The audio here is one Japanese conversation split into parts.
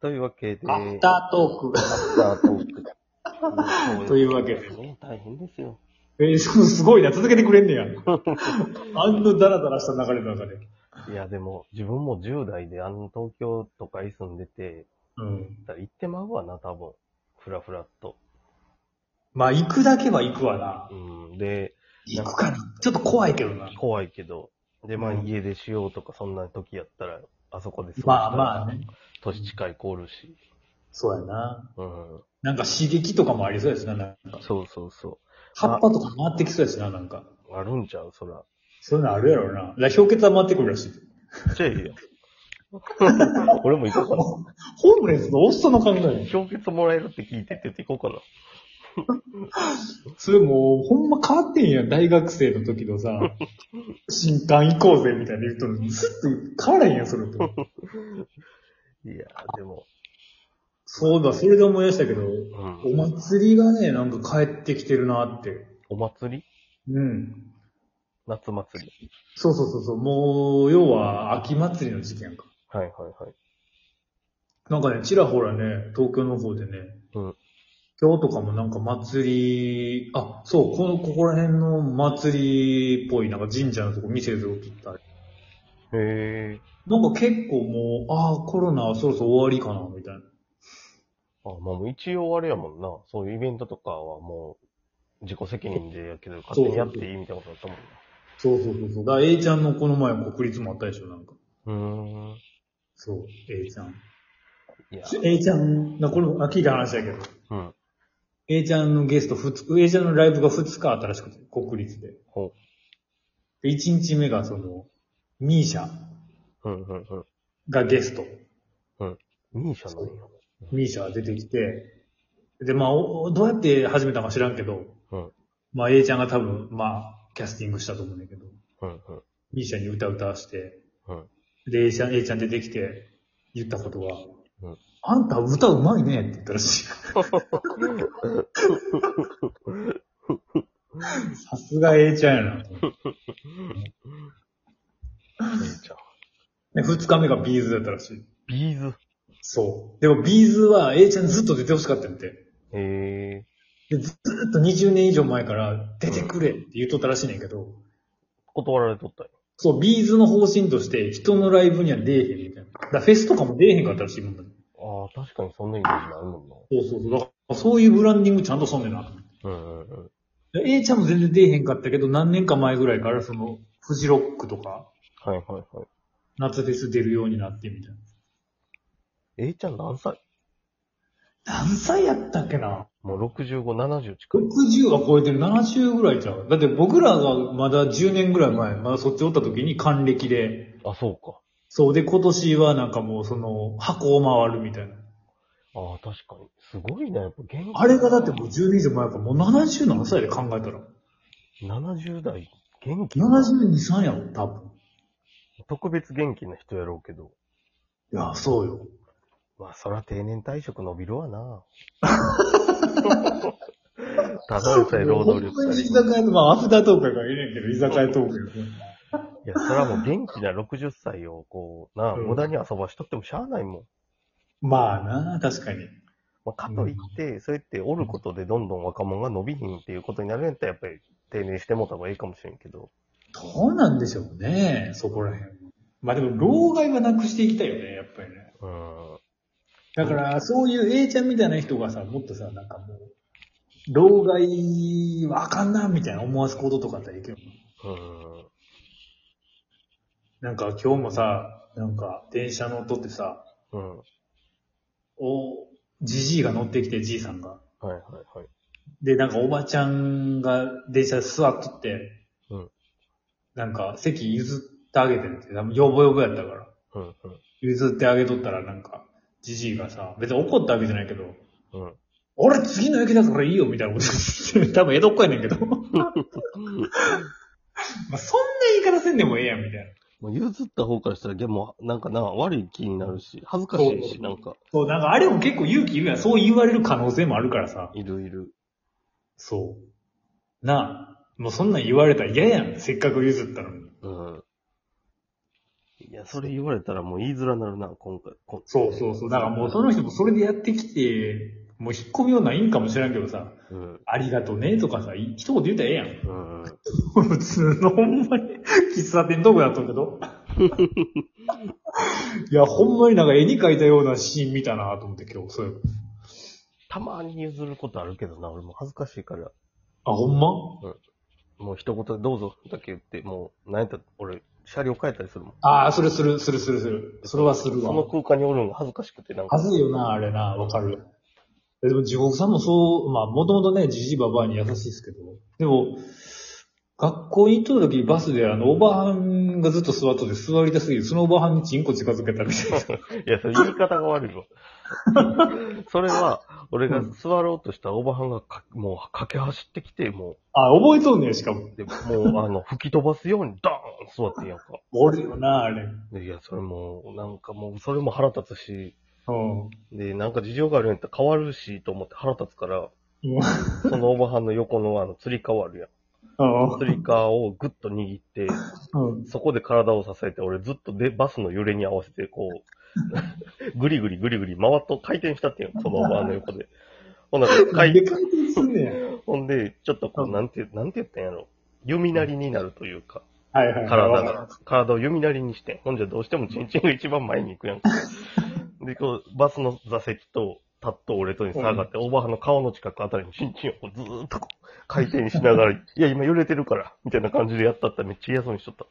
というわけで、 アフタートーク。 アフタートーク。 というわけで。 ね、大変ですよ。 すごいな、続けてくれんねや。あんなダラダラした流れの中で。 いや、でも、自分も10代で東京とかに住んでて、 うん。 だから行ってまうわな、多分。ふらふらっと。 まあ、行くだけは行くわな。 うん。で、 行くかな。ちょっと怖いけどな。 怖いけど。で、まあ、 うん家出しようとか、そんな時やったら、あそこで過ごしたまあら、 まあね。 年近い子おるし。 そうやな。 うん。 なんか刺激とかもありそうやしな、なんか。 そうそうそ葉っぱとか回ってきそうやしな、なんか。 う。あるんちゃう、そら。 そういうのあるやろな。だから氷結は回ってくるらしい。 じゃあいいよ。俺も行こうかな。 ホームレスのおっさんの考え。 氷結もらえるって聞いてって言って行こうかな。 それもう、ほんま変わってんやん。大学生の時のさ、新刊行こうぜみたいな言うとるのに、スッと変わらへんやん、それと。 いやー、でも。 そうだ、それで思い出したけど、 うん。 お祭りがね、なんか帰ってきてるなって。 お祭りうん。 夏祭り。 そうそうそうそう。もう、要は、秋祭りの時期やんか。 はいはいはい。 なんかね、ちらほらね、東京の方でね、 うん。 今日とかもなんか祭り、あ、そう、ここら辺の祭りっぽい、なんか神社のとこ店で起きたり。 へー。 なんか結構もう、ああ、コロナそろそろ終わりかな、みたいな。 あ、まあもう一応あれやもんな。そういうイベントとかはもう自己責任でやけど、勝手にやっていいみたいなことだったもんな。 そうそうそうそう。だから A ちゃんのこの前国立もあったでしょ、なんか。 うーん。 そう、A ちゃん。 いや。 A ちゃん、これも聞いた話だけど、 うん。 A ちゃんのゲストA ちゃんのライブが2日あったらしくて、国立で。 ほで、1日目がミーシャう。うんうんうん。 がゲスト。 うん。ミーシャなんや。 ミーシャ出てきて、で、まあ、どうやって始めたか知らんけど、 うん。 まあ A ちゃんが多分、まあ、キャスティングしたと思うんだけど、 うんうん。 ミーシャに歌わして、 うん。 で、A ちゃん出てきて、言ったことは、 うん。 あんた歌うまいねって言ったらしい。さすが A ちゃんやなと思って。 じゃあ。 で、2日目がビーズだったらしい。 ビーズ。 そう。でもビーズは A ちゃんずっと出てほしかったんで。 へで、ずーっと20年以上前から出てくれって言っとったらしいねんけど、 断られとったよ。 そう、ビーズの方針として人のライブには出えへんみたいな。だからフェスとかも出えへんかったらしいもんだね。 ああ、確かにそんなイメージないもんな。 そうそうそう。だからそういうブランディングちゃんとそんねんなと思って。 うんうんうん。 で A ちゃんも全然出えへんかったけど、何年か前ぐらいからフジロックとか、 はいはいはい。 夏フェス出るようになってみたいな。 A ちゃん何歳？ 何歳やったっけなもう65、70近い。 60は超えてる、70ぐらいちゃう。だって僕らがまだ10年ぐらい前、まだそっちおった時に還暦で、 あ、そうか。 そうで今年はなんかもう箱を回るみたいな。 ああ、確かに。すごいね。やっぱ元気。 あれがだってもう10年以上前からもう70何歳で考えたら。 70代、元気。 72、3やろ、多分。 特別元気な人やろうけど。 いや、そうよ。 まあ、そら定年退職伸びるわな。ただでさえ労働力ほんまに居足りん。 酒屋の、まあアフタートークやからいいねんけど、居酒屋トークやから。 いや、そらもう元気な60歳をうん無駄に遊ばしとってもしゃあないもん。 まあな、確かに。 まあ、かといって、そうやっておることでどんどん若者が伸びひんっていうことになるんやったらやっぱり定年してもった方がいいかもしれんけど。 どうなんでしょうね、そこら辺。まあでも、老害はなくしていきたいよね、やっぱりね。 うん。 だから、そういう A ちゃんみたいな人がさ、もっとさ、なんかもう、老害はあかんな、みたいな思わすこととかあったらいいけど。 うん。 なんか今日もさ、なんか電車乗っとってさ、 うん。 じじいが乗ってきて、じいさんが。 はいはいはい。 で、なんかおばちゃんが電車で座っとって、 うん。 なんか席譲ってあげてるって、多分ヨボヨボやったから。 うん。 譲ってあげとったらなんか、じじいがさ、別に怒ったわけじゃないけど、 うん。うん。 俺次の駅だからいいよみたいなこと言って、多分江戸っ子やねんけど。まあそんな言い方せんでもええやんみたいな。 もう譲った方からしたら、でも、なんかな、悪い気になるし、恥ずかしいし、なんか。 そう、なんかあれも結構勇気いるやん。そう言われる可能性もあるからさ。 いるいる。 そう。なあ。もうそんなん言われたら嫌やん。せっかく譲ったのに。 うん。 いや、それ言われたらもう言いづらなるな、今回。 そうそうそう。だからもうその人もそれでやってきて、もう引っ込みようないんかもしれんけどさ、 うん。 ありがとうねとかさ、一言言うたらええやん。 うんうん。 普通のほんまに、喫茶店どこやったんけど。いや、ほんまになんか絵に描いたようなシーン見たなと思って今日、そういう。 たまに譲ることあるけどな、俺も恥ずかしいから。 あ、ほんまもう一言でどうぞだけ言って、もう、なんやったら俺、車両変えたりするもん。 ああ、それする。それはするそのわ。 空間におるのが恥ずかしくて、なんか。 はずいよな、あれな、わかる。でも地獄さんもそう、まあ、もともとね、じじばばあに優しいですけど、でも、学校に行っとる時バスでおばはんがずっと座っとって座りたすぎる。そのおばはんにチンコ近づけたみたいな。 いや、それ言い方が悪いわ。それは、俺が座ろうとしたおばはんがもう駆け走ってきて、もあ、覚えとんねん、しかも。 う、でもう吹き飛ばすようにダーン座ってんやんか。 おるよな、あれ。 でいや、それもう、なんかもう、それも腹立つし、 うん。 で、なんか事情があるんやったら変わるし、と思って腹立つから、 うん。 そのおばはんの横の釣り革あるやん。釣り革をグッと握って、 うん。 そこで体を支えて、俺ずっとバスの揺れに合わせて、こう、ぐりぐり回転したっていうの、そのおばはんの横で。ほんなら、 回転すんねや。 ほんで、ちょっとこう、なんて言ったんやろ。弓なりになるというか、 はいはい。 体を弓なりにして、ほんじゃどうしてもチンチンが一番前に行くやんか。で、こう、バスの座席と、タッと俺とに下がって、おばはんの顔の近くあたりにチンチンをこうずーっとこう回転しながら、いや、今揺れてるから、みたいな感じでやったったらめっちゃ嫌そうにしとった。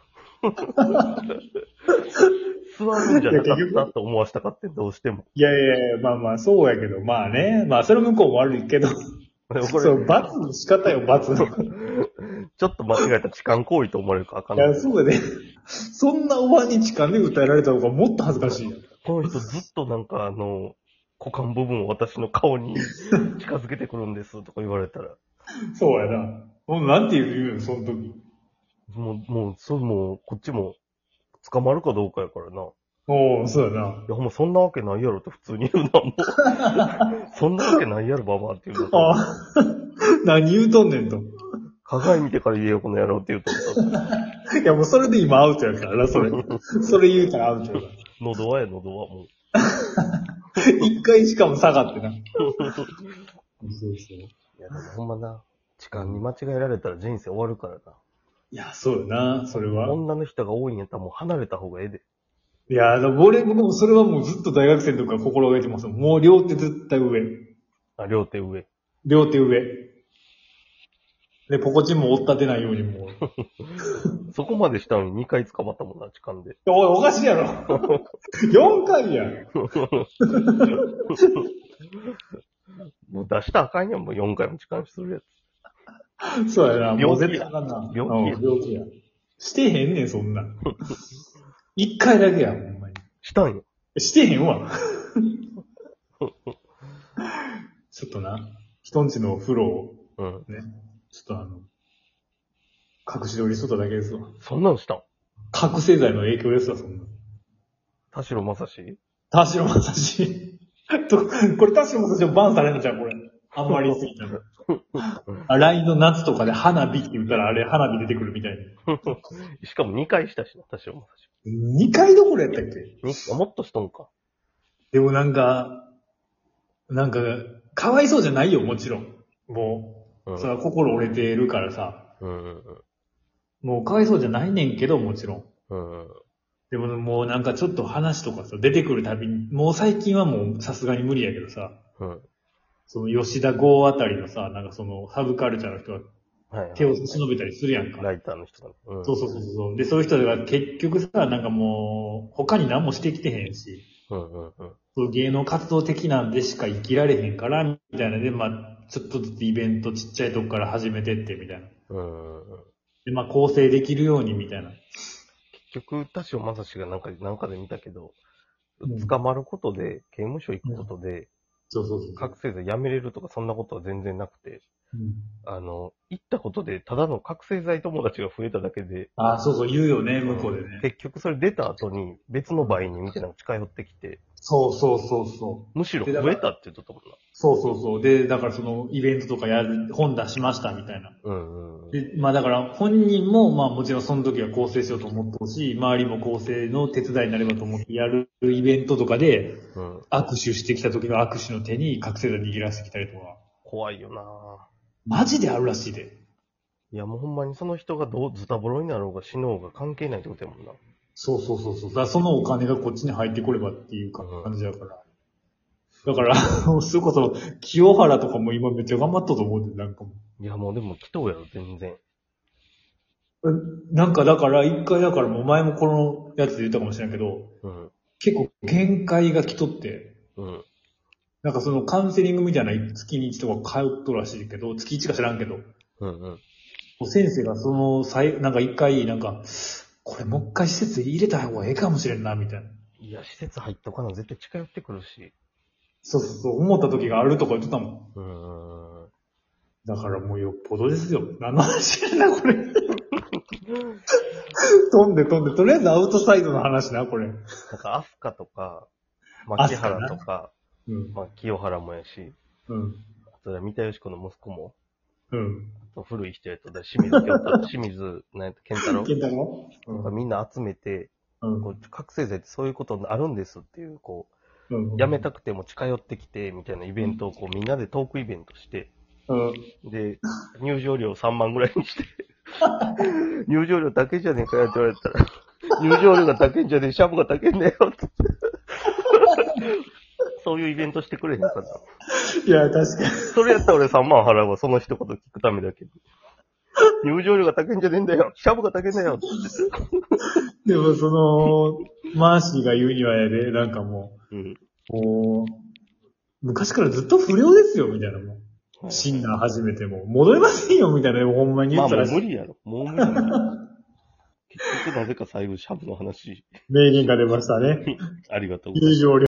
座るんじゃなかったと思わせたかって、どうしても。 いやいやいや、まあまあ、そうやけど、まあね。まあ、それ向こうも悪いけど。そう、罰の仕方よ、罰。 ちょっと間違えた痴漢行為と思われるかあかんない。 いや、そうやね。そんなおばに痴漢で訴えられた方がもっと恥ずかしいよ。 この人ずっとなんか股間部分を私の顔に近づけてくるんですとか言われたら。 そうやな。もうなんて言うよ、その時。 もう、こっちも捕まるかどうかやからな。 おー、そうやな。 いや、ほんまそんなわけないやろって普通に言うな、もう。そんなわけないやろ、ババアって言うな。 あ何言うとんねんと。 鏡見てから言えよ、この野郎って言うといや、もうそれで今アウトやからな、それ。それ言うたらアウトやから。 喉輪や、喉輪、もう。 一回しかも下がってな。そうそう。 いや、でもほんまな、痴漢に間違えられたら人生終わるからな。 いや、そうやな、それは。 女の人が多いんやったらもう離れた方がええで。 いや、僕もそれはもうずっと大学生の時から心がけてます。もう両手絶対上。 あ、両手上。 両手上。で、ポコチンも追っ立てないようにもう。 そこまでしたのに2回捕まったもんな、痴漢で。 おい、おかしいやろ。4回やん。 もう出したらあかんやん、もう4回も痴漢するやつ。 そうやな。 病気もう絶対あかんな。 病気や病気や。してへんねん、そんな。1回だけやん、ほんまに。 したんや。 してへんわ。ちょっとな、人んちの風呂をうん。 ね、ちょっと隠し撮りしとっただけですわ。 そんなんしたん覚醒剤の影響ですわ、そんな。 田代正史田代正史。これ田代正史をバンされるんじゃん、これ。あんまり言い過ぎたら。LINE の夏とかで花火って言ったらあれ花火出てくるみたいに。 しかも2回したしな、田代正史。 2回どころやったっけもっとしとんか。 でもなんか、かわいそうじゃないよ、もちろん。もう、 うん。 それは心折れてるからさ。 うん。 もうかわいそうじゃないねんけど、もちろん。 うん。 でももうなんかちょっと話とかさ、出てくるたびに、もう最近はもうさすがに無理やけどさ、 うん。 その吉田剛あたりのさ、なんかそのサブカルチャーの人がはい。 手を差し伸べたりするやんか。 ライターの人だね。うん。 そうそう。で、そういう人が結局さ、なんかもう、他に何もしてきてへんし、 うん。うん。 そう芸能活動的なんでしか生きられへんから、みたいなで、まあ、ちょっとずつイベントちっちゃいとこから始めてって、みたいな。 うん。 で、まあ、構成できるように、みたいな。 結局、田代正史がなんかで見たけど、 うん捕まることで、刑務所行くことで、 そう。 覚醒剤やめれるとかそんなことは全然なくて、 うん行ったことで、ただの覚醒剤友達が増えただけで、 ああ、そう、言うよね、向こうでね。 結局それ出た後に別の売人みたいなのが近寄ってきて、 そうそうそうそう。 むしろでだから増えたって言っとったもんな。 そうそうそう。で、だからそのイベントとか本出しましたみたいな。 うんうん。 で、まあだから本人もまあもちろんその時は構成しようと思ってほしい、周りも構成の手伝いになればと思ってやるイベントとかで、 うん。 握手してきた時の握手の手に覚醒剤握らせてきたりとか、 怖いよな。 マジであるらしいで。 いやもうほんまにその人がどうズタボロになろうが死のうが関係ないってことやもんな。 そうそうそうそう。だからそのお金がこっちに入ってこればっていう感じだから。だから、それこそ、清原とかも今めっちゃ頑張ったと思うんで、なんかもいやもうでも来とうやろ、全然。 なんかだから、一回だからもう前もこのやつで言ったかもしれんけど、 うん。 結構限界が来とって、 うん。 なんかそのカウンセリングみたいな月に1とか通っとるらしいけど、月1か知らんけど、 うんうん。 もう先生がそのなんか一回、なんか、これもう一回施設入れた方がええかもしれんな、みたいな。 いや、施設入っとかな、絶対近寄ってくるし。 そうそうそう、思った時があるとか言ってたもん。 うーん。 だからもうよっぽどですよ。何の話やな、これ。飛んで、とりあえずアウトサイドの話な、これ。 なんか、アスカとか、牧原とか、 うん。 まあ、清原もやし、 うん。 あとは三田佳子の息子も、 うん。 あと古い人やと、清水京太、清水、なんやった、健太郎健太郎とかみんな集めて、 うん。 こう覚醒剤ってそういうことあるんですっていう、こう、 うん。 やめたくても近寄ってきて、みたいなイベントをこうみんなでトークイベントして、 うん。 で、入場料3万ぐらいにして、入場料だけじゃねえかよって言われたら、入場料が高いんじゃねえ、シャブが高いんだよって。そういうイベントしてくれへんかな。 いや、確かに。 それやったら俺3万払うわ、その一言聞くためだけど。入場料が高いんじゃねえんだよ、シャブが高いんだよってでもその、マーシーが言うにはやで、なんかも言って。 う、こう、昔からずっと不良ですよ、みたいなもうん。 う。診断始めても、戻れませんよ、みたいな、ほんまに言まあもうってたらしい。 無理やろ。もう無理やろ。結局なぜか最後シャブの話、 名言が出ましたね。 ありがとうございます。 入場料